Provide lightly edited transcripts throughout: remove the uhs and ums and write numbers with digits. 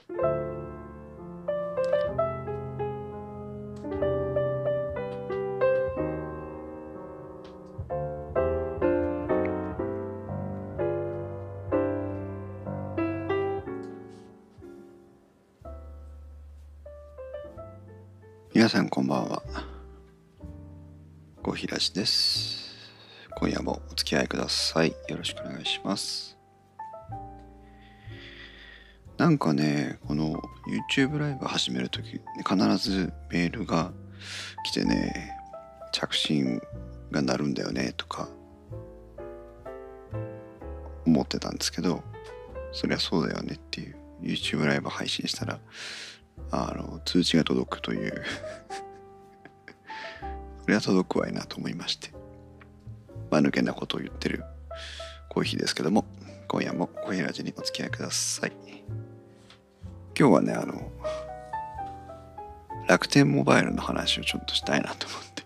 皆さんこんばんは。コーヒーラジです。今夜もお付き合いください。よろしくお願いします。なんかね、この YouTube ライブ始めるとき、必ずメールが来てね、着信が鳴るんだよねとか思ってたんですけど、そりゃそうだよねっていう、 YouTube ライブ配信したら通知が届くというそれは届くわいなと思いまして、間抜けなことを言ってるコーヒーですけども、今夜もコーヒーラジにお付き合いください。今日はね、楽天モバイルの話をちょっとしたいなと思って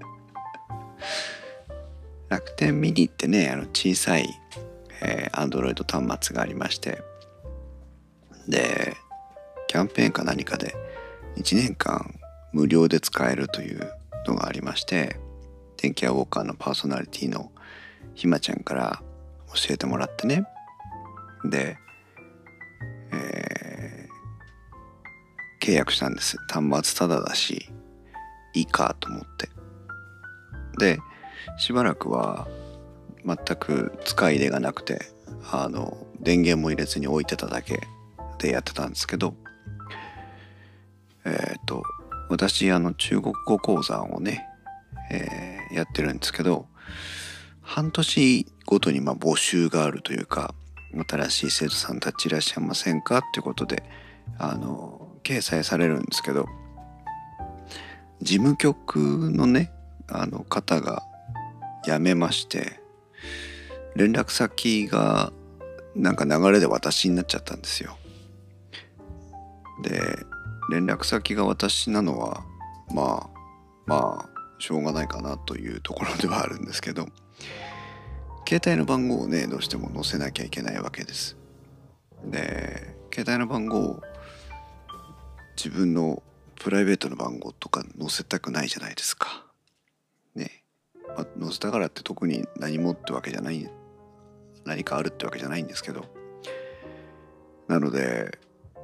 楽天ミニってね、小さいAndroid 端末がありまして、でキャンペーンか何かで1年間無料で使えるというのがありまして、電気屋ウォーカーのパーソナリティのひまちゃんから教えてもらってね、で、契約したんです。端末タダだしいいかと思って。でしばらくは全く使い入れがなくて、電源も入れずに置いてただけでやってたんですけど、私中国語講座をね、やってるんですけど、半年ごとに募集があるというか、新しい生徒さんたちいらっしゃいませんかっていうことで掲載されるんですけど、事務局のね方が辞めまして、連絡先がなんか流れで私になっちゃったんですよ。で連絡先が私なのはまあしょうがないかなというところではあるんですけど、携帯の番号をねどうしても載せなきゃいけないわけです。で携帯の番号を自分のプライベートの番号とか載せたくないじゃないですかね。載せたからって特に何もってわけじゃない、何かあるってわけじゃないんですけど、なので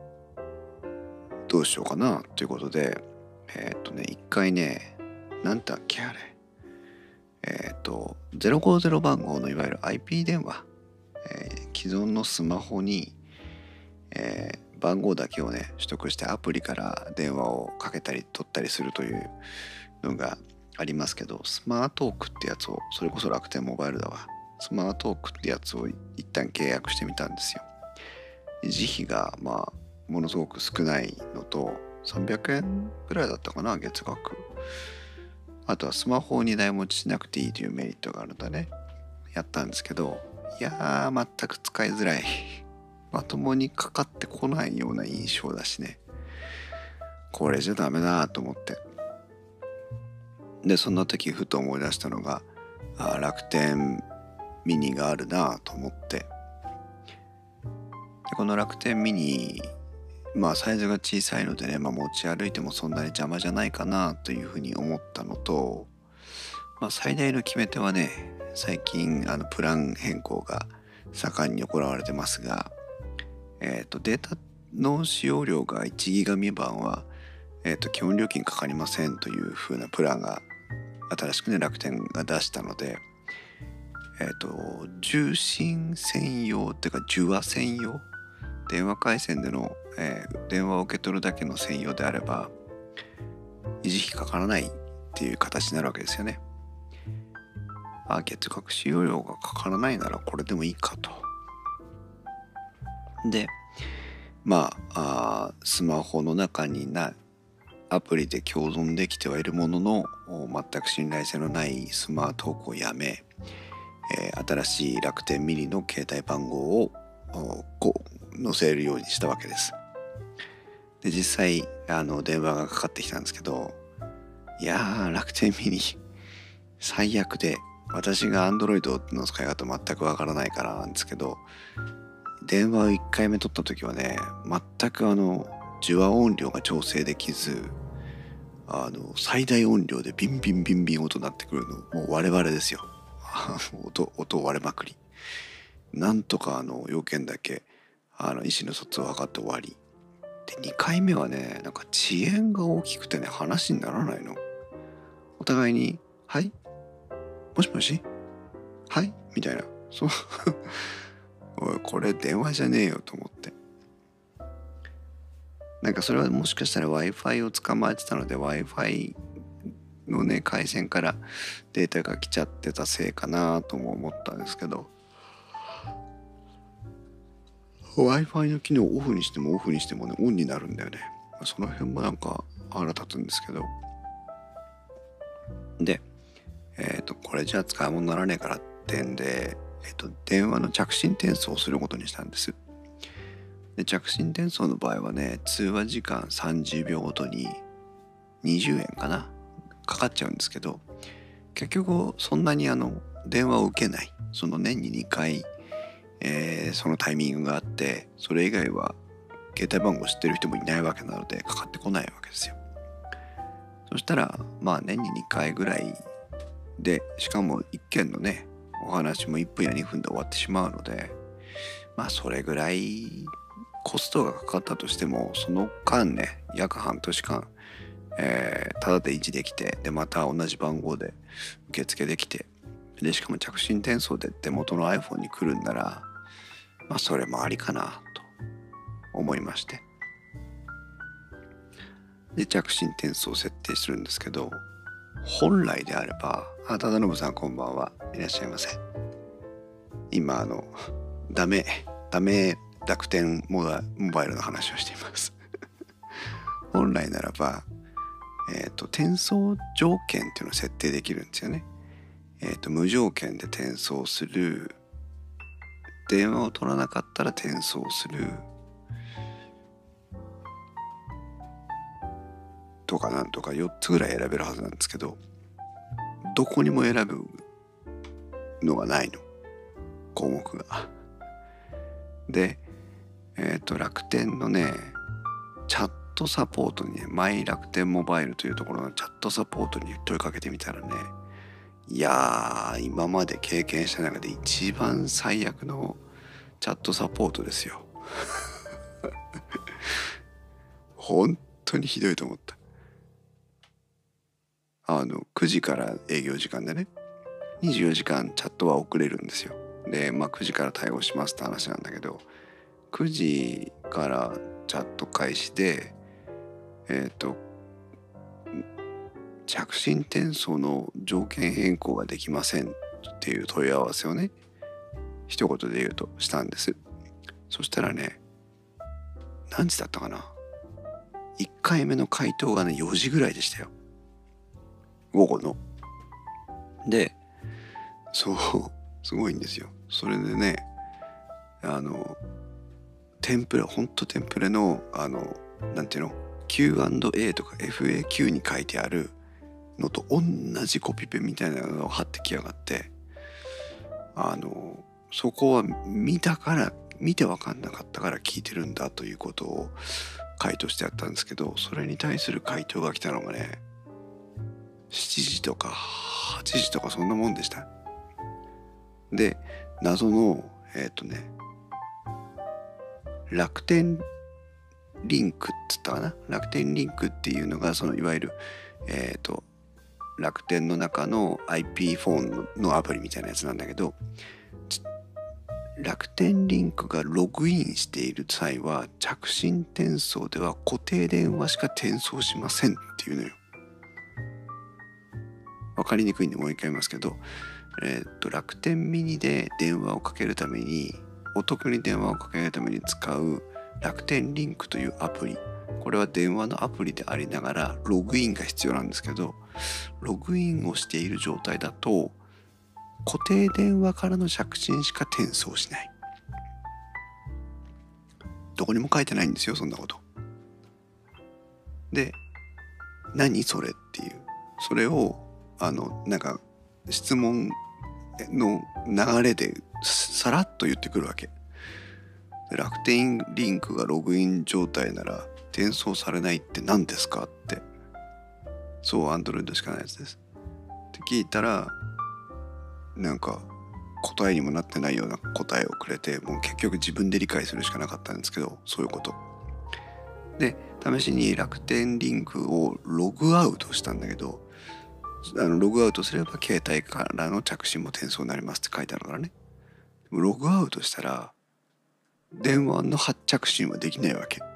どうしようかなということで、一回ね、なんだっけあれ、050番号のいわゆる IP 電話、既存のスマホに、番号だけをね取得してアプリから電話をかけたり取ったりするというのがありますけど、スマートークってやつを、それこそ楽天モバイルだわ、スマートークってやつを一旦契約してみたんですよ。維持費がものすごく少ないのと、300円ぐらいだったかな月額。あとはスマホを2台持ちしなくていいというメリットがあるんだね。やったんですけど、いやー全く使いづらいまともにかかってこないような印象だしね、これじゃダメだと思って、でそんな時ふと思い出したのが楽天ミニがあるなと思って、でこの楽天ミニサイズが小さいのでね、持ち歩いてもそんなに邪魔じゃないかなというふうに思ったのと、最大の決め手はね、最近プラン変更が盛んに行われてますが、データの使用量が1ギガ未満は、基本料金かかりませんという風なプランが新しくね楽天が出したので、受信専用っていうか受話専用、電話回線での、電話を受け取るだけの専用であれば維持費かからないっていう形になるわけですよね。月額使用料がかからないならこれでもいいかと。でスマホの中にアプリで共存できてはいるものの全く信頼性のないスマートフォンをやめ、新しい楽天ミニの携帯番号を載せるようにしたわけです。で実際電話がかかってきたんですけど、いやー楽天ミニ最悪で、私が Android の使い方全くわからないからなんですけど、 電話を1回目取った時はね、全く受話音量が調整できず、最大音量でビンビンビンビン音鳴ってくるの、もう我々ですよ。音割れまくり。なんとか要件だけ意思の疎通を図って終わり。で2回目はね、なんか遅延が大きくてね、話にならないの。お互いにはいもしもしはいみたいな、そうおいこれ電話じゃねえよと思って。なんかそれはもしかしたら Wi-Fi を捕まえてたので Wi-Fi のね回線からデータが来ちゃってたせいかなとも思ったんですけど、 Wi-Fi の機能をオフにしてもオフにしてもねオンになるんだよね。その辺もなんか腹立つんですけど、でこれじゃあ使い物にならねえからってんで、電話の着信転送をすることにしたんです。で着信転送の場合はね、通話時間30秒ごとに20円かなかかっちゃうんですけど、結局そんなに電話を受けない、その年に2回、そのタイミングがあって、それ以外は携帯番号知ってる人もいないわけなのでかかってこないわけですよ。そしたらまあ年に2回ぐらいで、しかも1件のねお話も1分や2分で終わってしまうので、まあそれぐらいコストがかかったとしても、その間ね約半年間、ただで維持できて、でまた同じ番号で受付できて、でしかも着信転送で手元の iPhone に来るんなら、まあそれもありかなと思いまして、で着信転送を設定するんですけど、本来であれば、忠信さんこんばんは、いらっしゃいませ。今ダメ楽天モバイルの話をしています本来ならば転送条件っていうのを設定できるんですよね。無条件で転送する、電話を取らなかったら転送するとかなんとか4つぐらい選べるはずなんですけど、どこにも選ぶのがないの、項目が。で楽天のねチャットサポートにね、マイ楽天モバイルというところのチャットサポートに問いかけてみたらね、いやー今まで経験した中で一番最悪のチャットサポートですよ本当にひどいと思った。9時から営業時間でね、24時間チャットは送れるんですよ。で9時から対応しますって話なんだけど、9時からチャット開始で着信転送の条件変更ができませんっていう問い合わせをね、一言で言うとしたんです。そしたらね、何時だったかな、1回目の回答がね4時ぐらいでしたよ、午後の。でそうすごいんですよ。それでねテンプレ、ほんとテンプレのなんていうの Q&A とか FAQ に書いてあるのと同じコピペみたいなのを貼ってきやがって、そこは見て分かんなかったから聞いてるんだということを回答してやったんですけど、それに対する回答が来たのがね7時とか8時とかそんなもんでした。で謎の楽天リンクっつったかな、楽天リンクっていうのがそのいわゆる楽天の中の IP フォンのアプリみたいなやつなんだけど、楽天リンクがログインしている際は着信転送では固定電話しか転送しませんっていうのよ。わかりにくいんでもう一回言いますけど、楽天ミニで電話をかけるために、お得に電話をかけるために使う楽天リンクというアプリ、これは電話のアプリでありながらログインが必要なんですけど、ログインをしている状態だと固定電話からの着信しか転送しない。どこにも書いてないんですよ、そんなこと。で、何それっていう、それをなんか質問の流れでさらっと言ってくるわけ。 で楽天リンクがログイン状態なら転送されないって何ですかって。そう、Android しかないやつですって聞いたら、なんか答えにもなってないような答えをくれて、もう結局自分で理解するしかなかったんですけど、そういうことで試しに楽天リンクをログアウトしたんだけど、ログアウトすれば携帯からの着信も転送になりますって書いてあるからね。ログアウトしたら電話の発着信はできないわけ。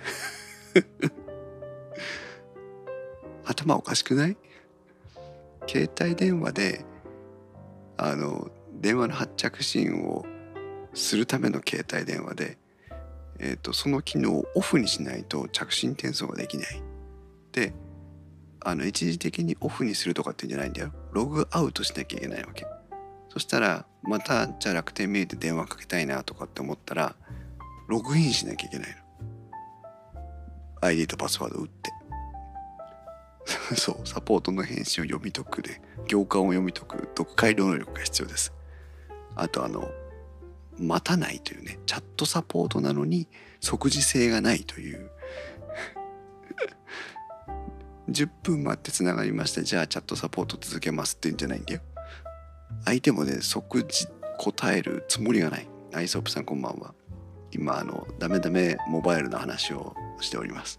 頭おかしくない？携帯電話で電話の発着信をするための携帯電話で、その機能をオフにしないと着信転送ができない。で、一時的にオフにするとかって言うんじゃないんだよ。ログアウトしなきゃいけないわけ。そしたらまたじゃあ楽天メールで電話かけたいなとかって思ったらログインしなきゃいけないの。ID とパスワードを打って。そう、サポートの返信を読み解くで、行間を読み解く読解能力が必要です。あと待たないというね、チャットサポートなのに即時性がないという10分待ってつながりました、じゃあチャットサポート続けますって言うんじゃないんだよ。相手もね、即時答えるつもりがない。アイソープさんこんばんは。今ダメダメモバイルの話をしております。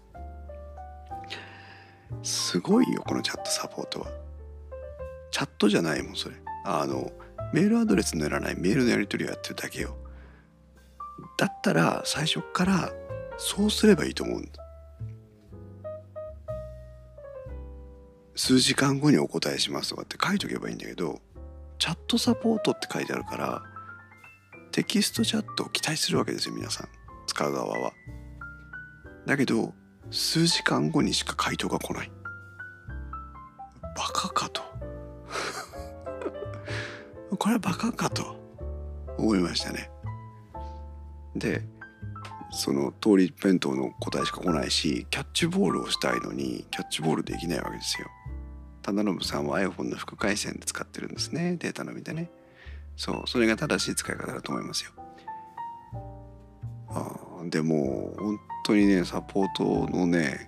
すごいよこのチャットサポートは。チャットじゃないもんそれ。メールアドレスのいらないメールのやり取りをやってるだけよ。だったら最初からそうすればいいと思うんだ。数時間後にお答えしますとかって書いとけばいいんだけど、チャットサポートって書いてあるからテキストチャットを期待するわけですよ、皆さん使う側は。だけど数時間後にしか回答が来ない。バカかとこれはバカかと思いましたね。でその通り弁当の答えしか来ないし、キャッチボールをしたいのにキャッチボールできないわけですよ。忠信さんは iPhone の副回線で使ってるんですね、データのみでね。そう、それが正しい使い方だと思いますよ。でも本当にね、サポートのね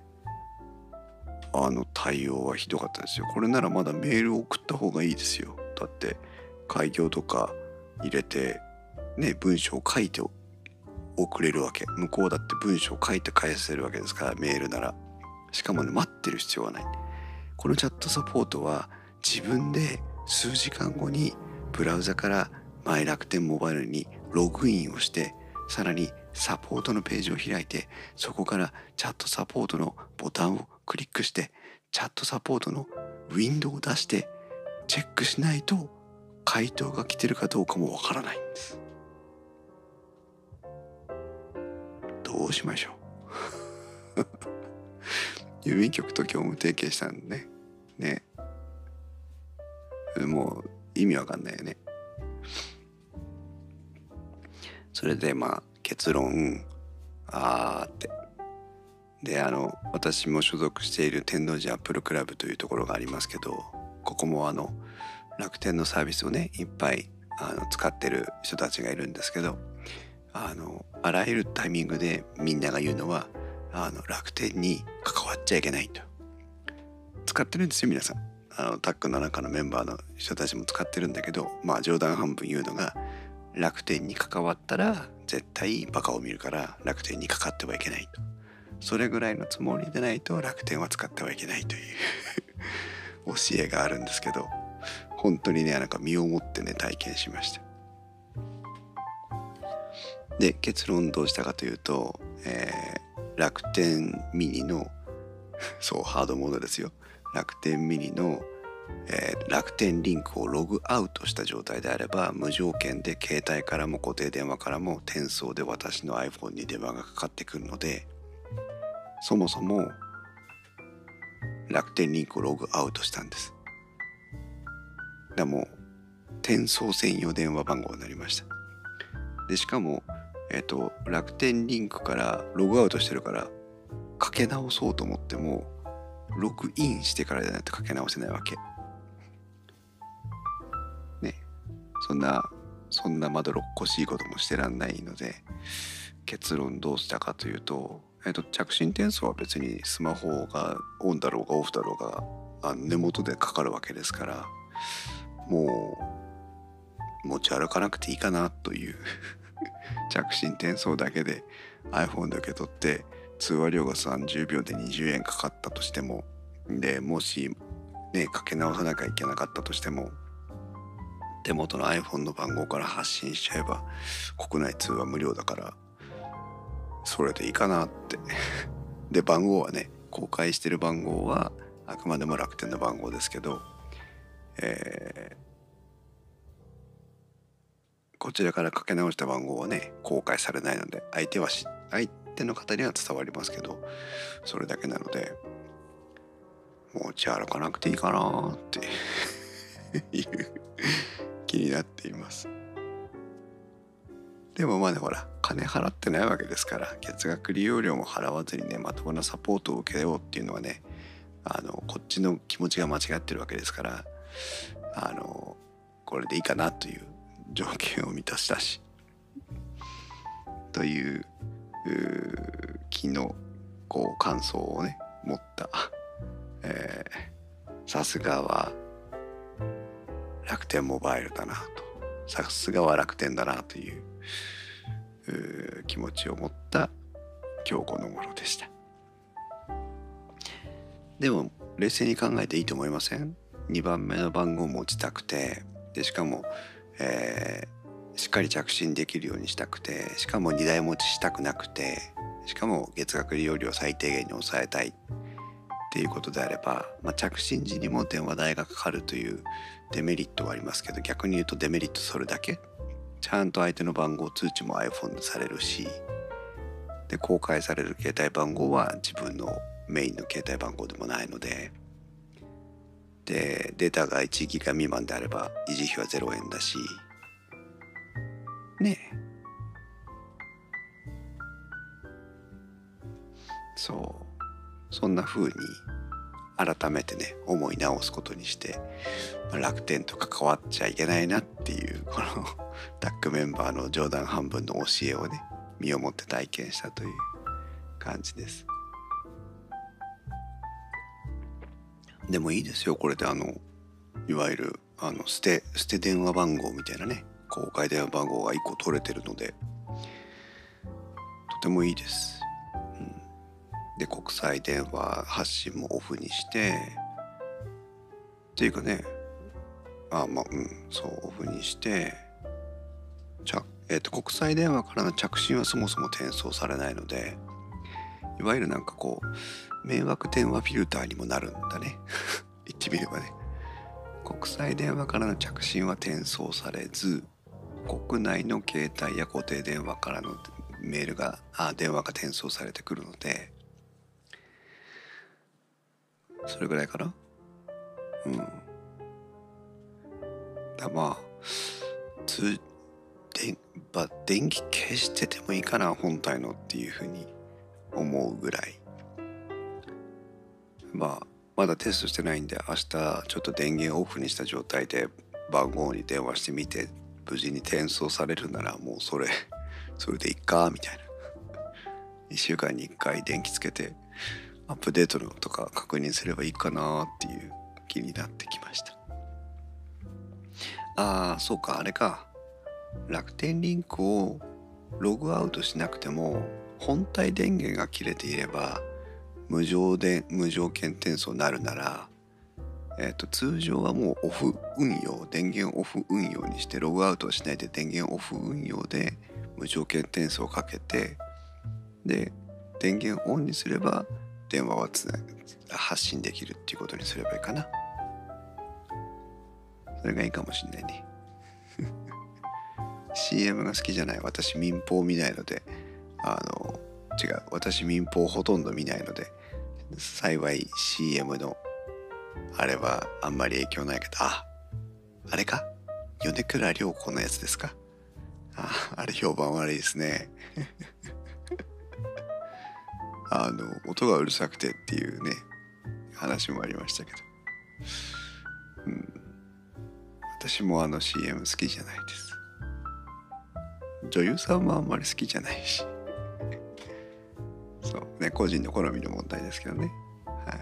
対応はひどかったですよ。これならまだメールを送った方がいいですよ。だって開業とか入れてね、文章を書いて送れるわけ。向こうだって文章を書いて返せるわけですから、メールなら。しかもね、待ってる必要はない。このチャットサポートは自分で数時間後にブラウザからマイ楽天モバイルにログインをして、さらにサポートのページを開いて、そこからチャットサポートのボタンをクリックしてチャットサポートのウィンドウを出してチェックしないと回答が来てるかどうかもわからないんです。どうしましょう郵便局と業務提携したんでね。もう意味わかんないよね。それで結論ってで私も所属している天王寺アップルクラブというところがありますけど、ここも楽天のサービスをねいっぱい使ってる人たちがいるんですけど、あらゆるタイミングでみんなが言うのは楽天に関わっちゃいけないと。使ってるんですよ皆さん。タックの中のメンバーの人たちも使ってるんだけど、冗談半分言うのが、楽天に関わったら絶対バカを見るから楽天にかかってはいけないと。それぐらいのつもりでないと楽天は使ってはいけないという教えがあるんですけど、本当にね身をもってね体験しました。で結論どうしたかというと、楽天ミニのそうハードモードですよ。楽天ミニの、楽天リンクをログアウトした状態であれば無条件で携帯からも固定電話からも転送で私の iPhone に電話がかかってくるので、そもそも楽天リンクをログアウトしたんです。もう転送専用電話番号になりました。でしかも楽天リンクからログアウトしてるからかけ直そうと思ってもログインしてからじゃないとかけ直せないわけね。そんなまどろっこしいこともしてらんないので、 結論どうしたかというと、着信転送は別にスマホがオンだろうがオフだろうが根元でかかるわけですから、もう持ち歩かなくていいかなという着信転送だけで iPhone で受け取って通話料が30秒で20円かかったとしても、でもしねかけ直さなきゃいけなかったとしても、手元の iPhone の番号から発信しちゃえば国内通話無料だからそれでいいかなってで番号はね、公開してる番号はあくまでも楽天の番号ですけど、こちらからかけ直した番号はね公開されないので、相手の方には伝わりますけど、それだけなので持ち歩かなくていいかなっていう気になっています。でもまだほら金払ってないわけですから、月額利用料も払わずにねまともなサポートを受けようっていうのはね、こっちの気持ちが間違ってるわけですから、これでいいかなという条件を満たしたしという昨日こう感想をね持った、さすがは楽天モバイルだなと、さすがは楽天だなという気持ちを持った今日この頃でした。でも冷静に考えていいと思いません？2番目の番号を持ちたくて、でしかも、しっかり着信できるようにしたくて、しかも2台持ちしたくなくて、しかも月額利用料を最低限に抑えたいっていうことであれば、着信時にも電話代がかかるというデメリットはありますけど、逆に言うとデメリットそれだけ。ちゃんと相手の番号通知も iPhone でされるし、で公開される携帯番号は自分のメインの携帯番号でもないので、でデータが1ギガ未満であれば維持費は0円だしねえ、そんな風に改めてね思い直すことにして、楽天と関わっちゃいけないなっていうこのタッグメンバーの冗談半分の教えをね身をもって体験したという感じです。でもいいですよこれでいわゆる捨て電話番号みたいなね公開電話番号が1個取れてるのでとてもいいです。で国際電話発信もオフにしてっていうかね、そうオフにして国際電話からの着信はそもそも転送されないので、いわゆるなんかこう迷惑電話フィルターにもなるんだね言ってみればね。国際電話からの着信は転送されず、国内の携帯や固定電話からの電話が転送されてくるので、それぐらいかな。電気消しててもいいかな本体のっていうふうに思うぐらい。まだテストしてないんで明日ちょっと電源オフにした状態で番号に電話してみて無事に転送されるならもうそれでいっかみたいな。1週間に1回電気つけてアップデートのとか確認すればいいかなっていう気になってきました。そうか、あれか、楽天リンクをログアウトしなくても本体電源が切れていれば無条件転送になるなら、通常はもうオフ運用、電源オフ運用にしてログアウトをしないで電源オフ運用で無条件転送をかけて、で電源オンにすれば電話は発信できるっていうことにすればいいかな。それがいいかもしんないねCM が好きじゃない。私民放見ないので、私民放ほとんど見ないので幸い CM のあれはあんまり影響ないけど、あれか、米倉涼子のやつですか。あれ評判悪いですね音がうるさくてっていうね話もありましたけど、私もCM 好きじゃないです。女優さんもあんまり好きじゃないしね、個人の好みの問題ですけどね。はい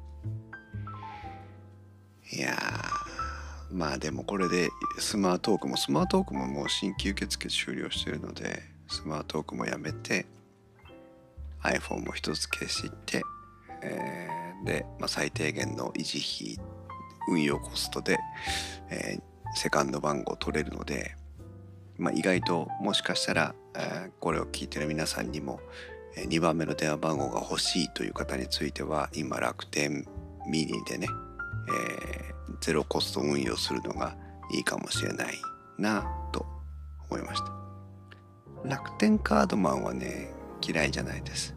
。いやまあでもこれでスマートークももう新規受付終了してるので、スマートークもやめて iPhone も一つ消して、で、最低限の維持費運用コストで、セカンド番号取れるので、意外ともしかしたら、これを聞いてる皆さんにも、2番目の電話番号が欲しいという方については今楽天ミニでね、ゼロコスト運用するのがいいかもしれないなと思いました。楽天カードマンはね嫌いじゃないです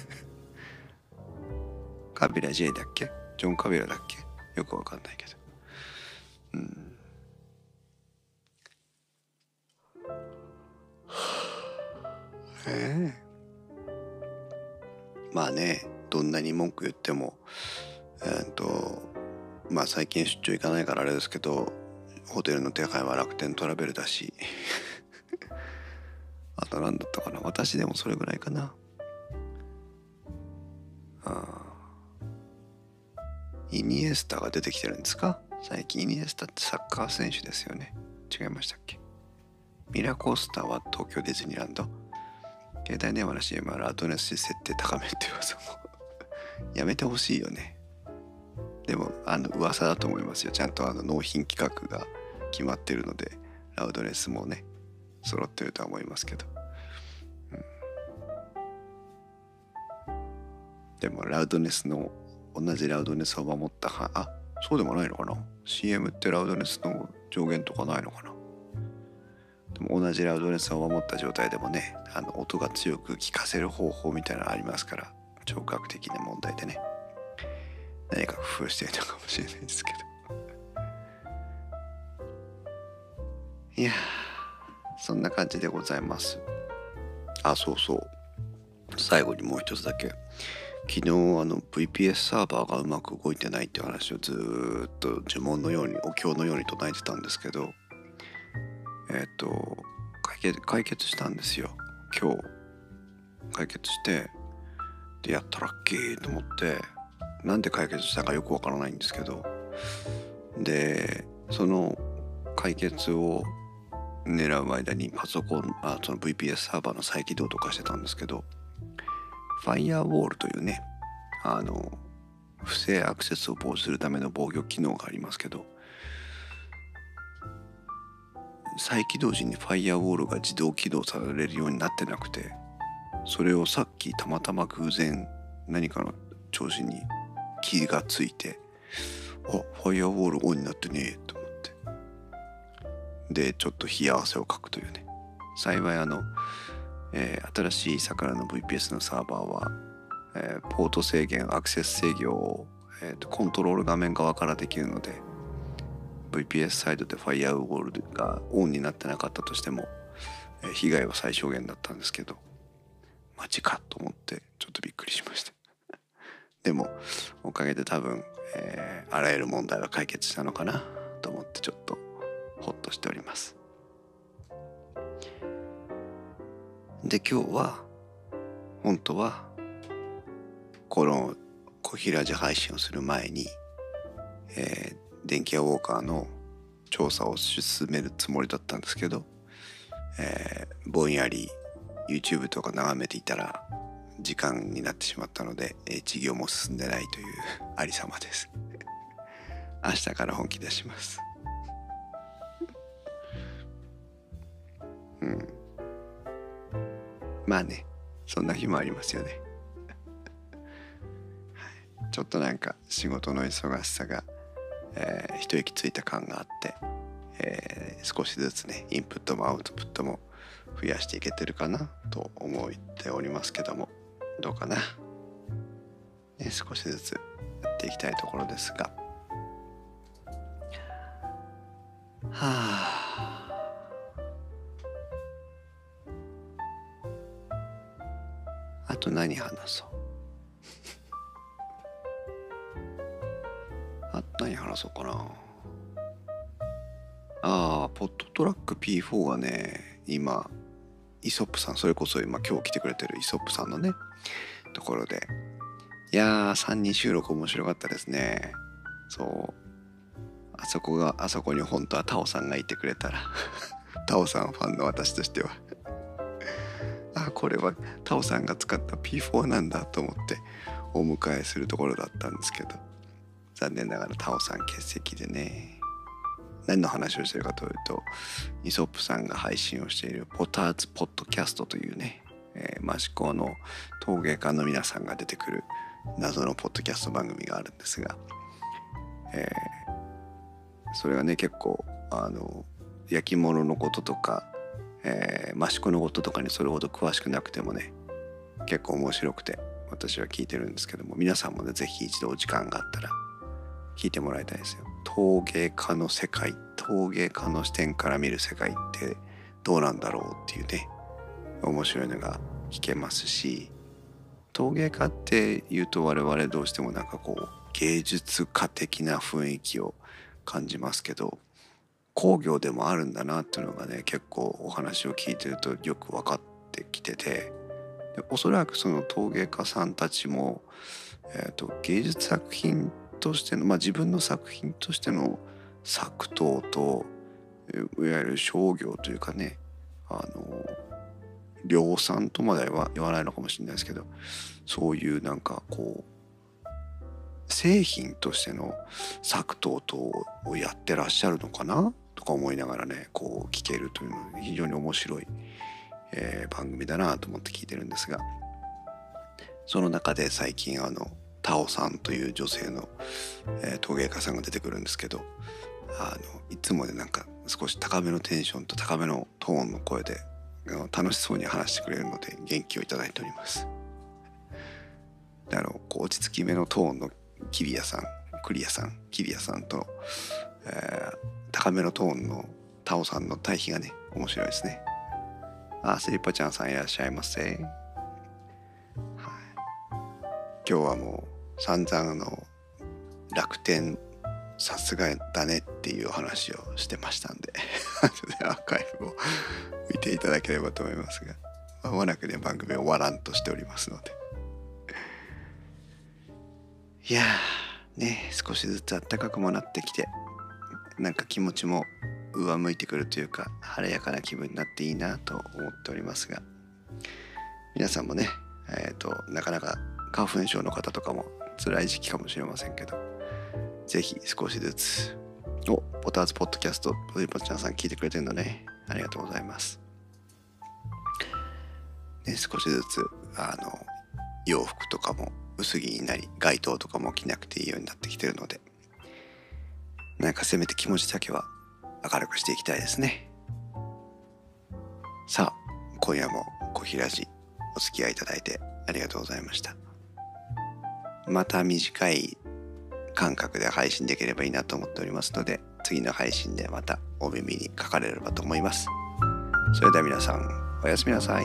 カビラ J だっけ、ジョン・カビラだっけ、よくわかんないけど、まあね、どんなに文句言っても最近出張行かないからあれですけど、ホテルの手配は楽天トラベルだしあと何だったかな、私でもそれぐらいかな。イニエスタが出てきてるんですか最近。イニエスタってサッカー選手ですよね。違いましたっけ。ミラコスタは東京ディズニーランド。携帯電話の CM はアドレス設定高めって噂もやめてほしいよね。でも噂だと思いますよ。ちゃんと納品企画が決まってるので、ラウドネスもね揃ってるとは思いますけど、でもラウドネスの同じラウドネスを守ったそうでもないのかな。 CM ってラウドネスの上限とかないのかな。でも同じラウドネスを守った状態でもね、音が強く聞かせる方法みたいなのありますから、聴覚的な問題でね、何か工夫しているのかもしれないですけどいやそんな感じでございます。そうそう、最後にもう一つだけ、昨日VPS サーバーがうまく動いてないって話をずっと呪文のようにお経のように唱えてたんですけど、解決したんですよ。今日解決して、でやったらラッキーと思って、なんで解決したかよくわからないんですけど、でその解決を狙う間にパソコンその VPS サーバーの再起動とかしてたんですけど、ファイアウォールというね不正アクセスを防止するための防御機能がありますけど、再起動時にファイアウォールが自動起動されるようになってなくて、それをさっきたまたま偶然何かの調子に気がついて、ファイアウォールオンになってねえと思って、でちょっと冷や汗をかくというね。幸い新しい桜の VPS のサーバーは、ポート制限アクセス制御を、コントロール画面側からできるので、 VPS サイドでファイアウォールがオンになってなかったとしても、被害は最小限だったんですけど、マジかと思ってちょっとびっくりしましたでもおかげで多分、あらゆる問題は解決したのかなと思ってちょっとホッとしております。で今日は本当はこの小平寺配信をする前に、電気屋ウォーカーの調査を進めるつもりだったんですけど、ぼんやり YouTube とか眺めていたら時間になってしまったので、事業も進んでないというありさまです明日から本気出しますまあね、そんな日もありますよねちょっとなんか仕事の忙しさが、一息ついた感があって、少しずつねインプットもアウトプットも増やしていけてるかなと思っておりますけども、どうかな、ね、少しずつやっていきたいところですが、あと何話そう何話そうかな。ポットトラック P4 がね今イソップさん、それこそ今日来てくれてるイソップさんのねところで、いやー3人収録面白かったですね。そう、あそこに本当はタオさんがいてくれたらタオさんファンの私としてはこれはタオさんが使った P4 なんだと思ってお迎えするところだったんですけど、残念ながらタオさん欠席でね。何の話をしているかというと、イソップさんが配信をしているポターズポッドキャストというね、益子の陶芸家の皆さんが出てくる謎のポッドキャスト番組があるんですが、それはね結構焼き物のこととか、益子のこととかにそれほど詳しくなくてもね結構面白くて私は聞いてるんですけども、皆さんもねぜひ一度お時間があったら聞いてもらいたいですよ。陶芸家の世界、陶芸家の視点から見る世界ってどうなんだろうっていうね面白いのが聞けますし、陶芸家っていうと我々どうしてもなんかこう芸術家的な雰囲気を感じますけど、工業でもあるんだなっていうのがね結構お話を聞いてるとよく分かってきてて、でおそらくその陶芸家さんたちも、芸術作品としての、自分の作品としての作陶といわゆる商業というかね量産とまでは言わないのかもしれないですけど、そういうなんかこう製品としての作陶をやってらっしゃるのかなとか思いながらねこう聞けるというので非常に面白い、番組だなと思って聞いてるんですが、その中で最近タオさんという女性の、陶芸家さんが出てくるんですけど、いつもねなんか少し高めのテンションと高めのトーンの声で楽しそうに話してくれるので元気をいただいております。でこう落ち着きめのトーンのキリアさんと、高めのトーンのタオさんの対比がね面白いですね。スリッパちゃんさんいらっしゃいませ。はい、今日はもう散々楽天さすがだねっていう話をしてましたんで後でアーカイブを見ていただければと思いますが、まもなくね番組を終わらんとしておりますので、いやーね少しずつ暖かくもなってきて、なんか気持ちも上向いてくるというか晴れやかな気分になっていいなと思っておりますが、皆さんもねなかなか花粉症の方とかも辛い時期かもしれませんけど、ぜひ少しずつポターズポッドキャストプリポちゃんさん聞いてくれてるのね、ありがとうございます、ね、少しずつ洋服とかも薄着になり街灯とかも着なくていいようになってきてるので、なんかせめて気持ちだけは明るくしていきたいですね。さあ今夜も小平寺お付き合いいただいてありがとうございました。また短い感覚で配信できればいいなと思っておりますので、次の配信でまたお耳にかかれればと思います。それでは皆さんおやすみなさい。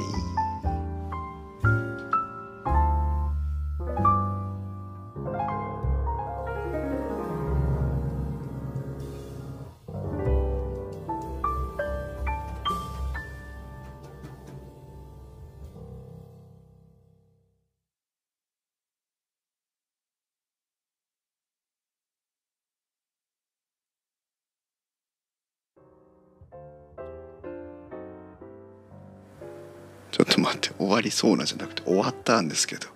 ちょっと待って、終わりそうなじゃなくて終わったんですけど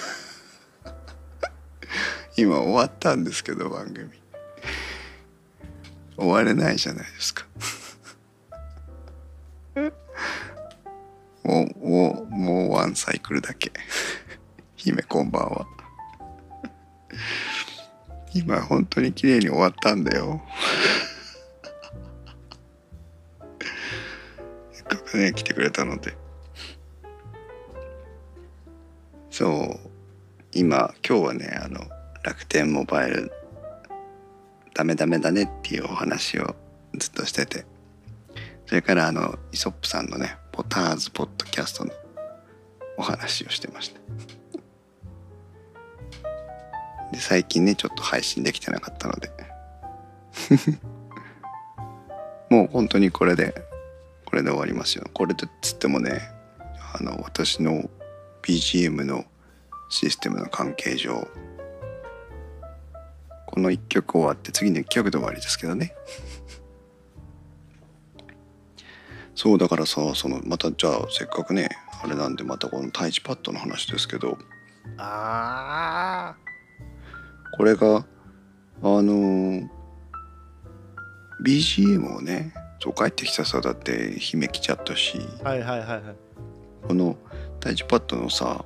今終わったんですけど番組終われないじゃないですかもうワンサイクルだけ姫こんばんは今本当に綺麗に終わったんだよせっかくね来てくれたので。そう今日はね楽天モバイルダメだねっていうお話をずっとしてて、それからイソップさんのねポターズポッドキャストのお話をしてましたで、最近ねちょっと配信できてなかったのでもう本当にこれで終わりますよ。これでつってもね私の BGM のシステムの関係上。この1曲終わって次の1曲で終わりですけどね。そうだからさ、またじゃあせっかくねあれなんで、またこのタッチパッドの話ですけど、これがBGM をね、そう帰ってきたさ、だって姫来ちゃったし、このタッチパッドのさ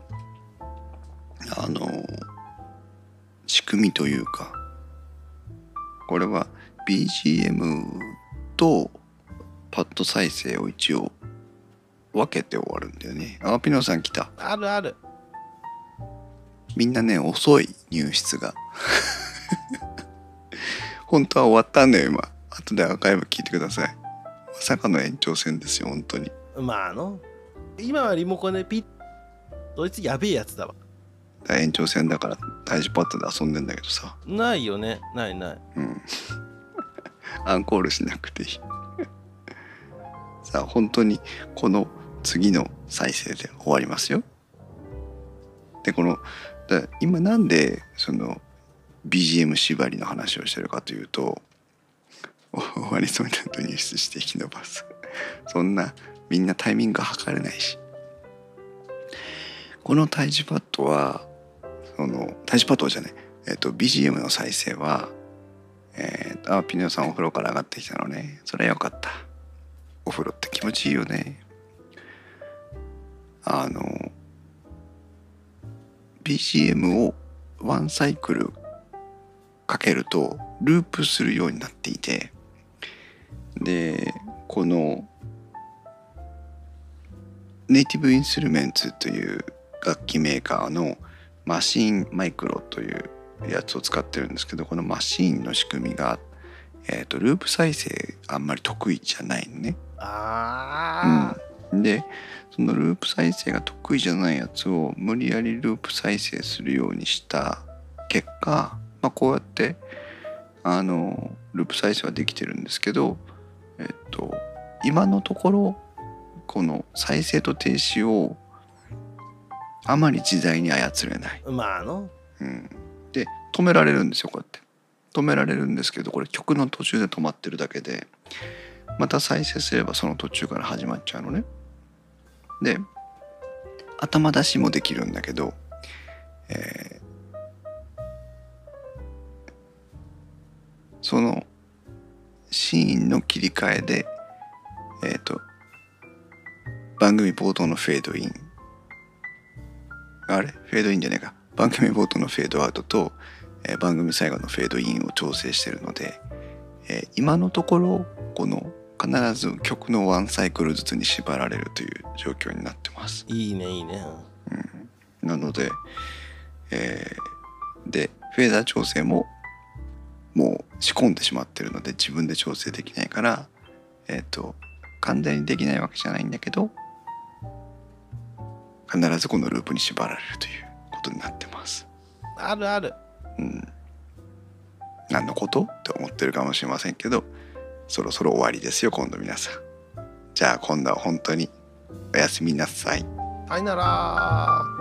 仕組みというか、これは BGM とパッド再生を一応分けて終わるんだよね。ピノさん来た。 ある。 みんなね遅い入室が。本当は終わったんだよ今。後でアーカイブ聞いてください。まさかの延長戦ですよ本当に。 今はリモコンでピッ、どいつやべえやつだわ。 延長戦だからタッチパッドで遊んでんだけどさ。 ないよね。ない。 アンコールしなくていい。さあ本当にこの次の再生で終わりますよ。で今なんでBGM 縛りの話をしてるかというと、終わりそうになると入室して引き伸ばす。そんなみんなタイミングが測れないし。このタッチパッドはタッチパッドじゃない、BGM の再生はピノさんお風呂から上がってきたのね。それはよかった。お風呂って気持ちいいよね。BGM をワンサイクルかけるとループするようになっていて、でこのネイティブインストゥルメンツという楽器メーカーのマシーンマイクロというやつを使ってるんですけど、このマシーンの仕組みが、ループ再生あんまり得意じゃないのね。でそのループ再生が得意じゃないやつを無理やりループ再生するようにした結果、こうやってループ再生はできてるんですけど、今のところこの再生と停止をあまり自在に操れない。で止められるんですよ。こうやって止められるんですけど、これ曲の途中で止まってるだけで、また再生すればその途中から始まっちゃうのね。で頭出しもできるんだけど、そのシーンの切り替えで番組冒頭のフェードイン、フェードインじゃねえか、番組冒頭のフェードアウトと、番組最後のフェードインを調整してるので、今のところこの必ず曲のワンサイクルずつに縛られるという状況になってます。 いいね。 なので、でフェーダー調整ももう仕込んでしまってるので自分で調整できないから、完全にできないわけじゃないんだけど、必ずこのループに縛られるということになってます。 ある。 何のことって思ってるかもしれませんけど、そろそろ終わりですよ今度皆さん。じゃあ今度は本当におやすみなさい。 さよなら。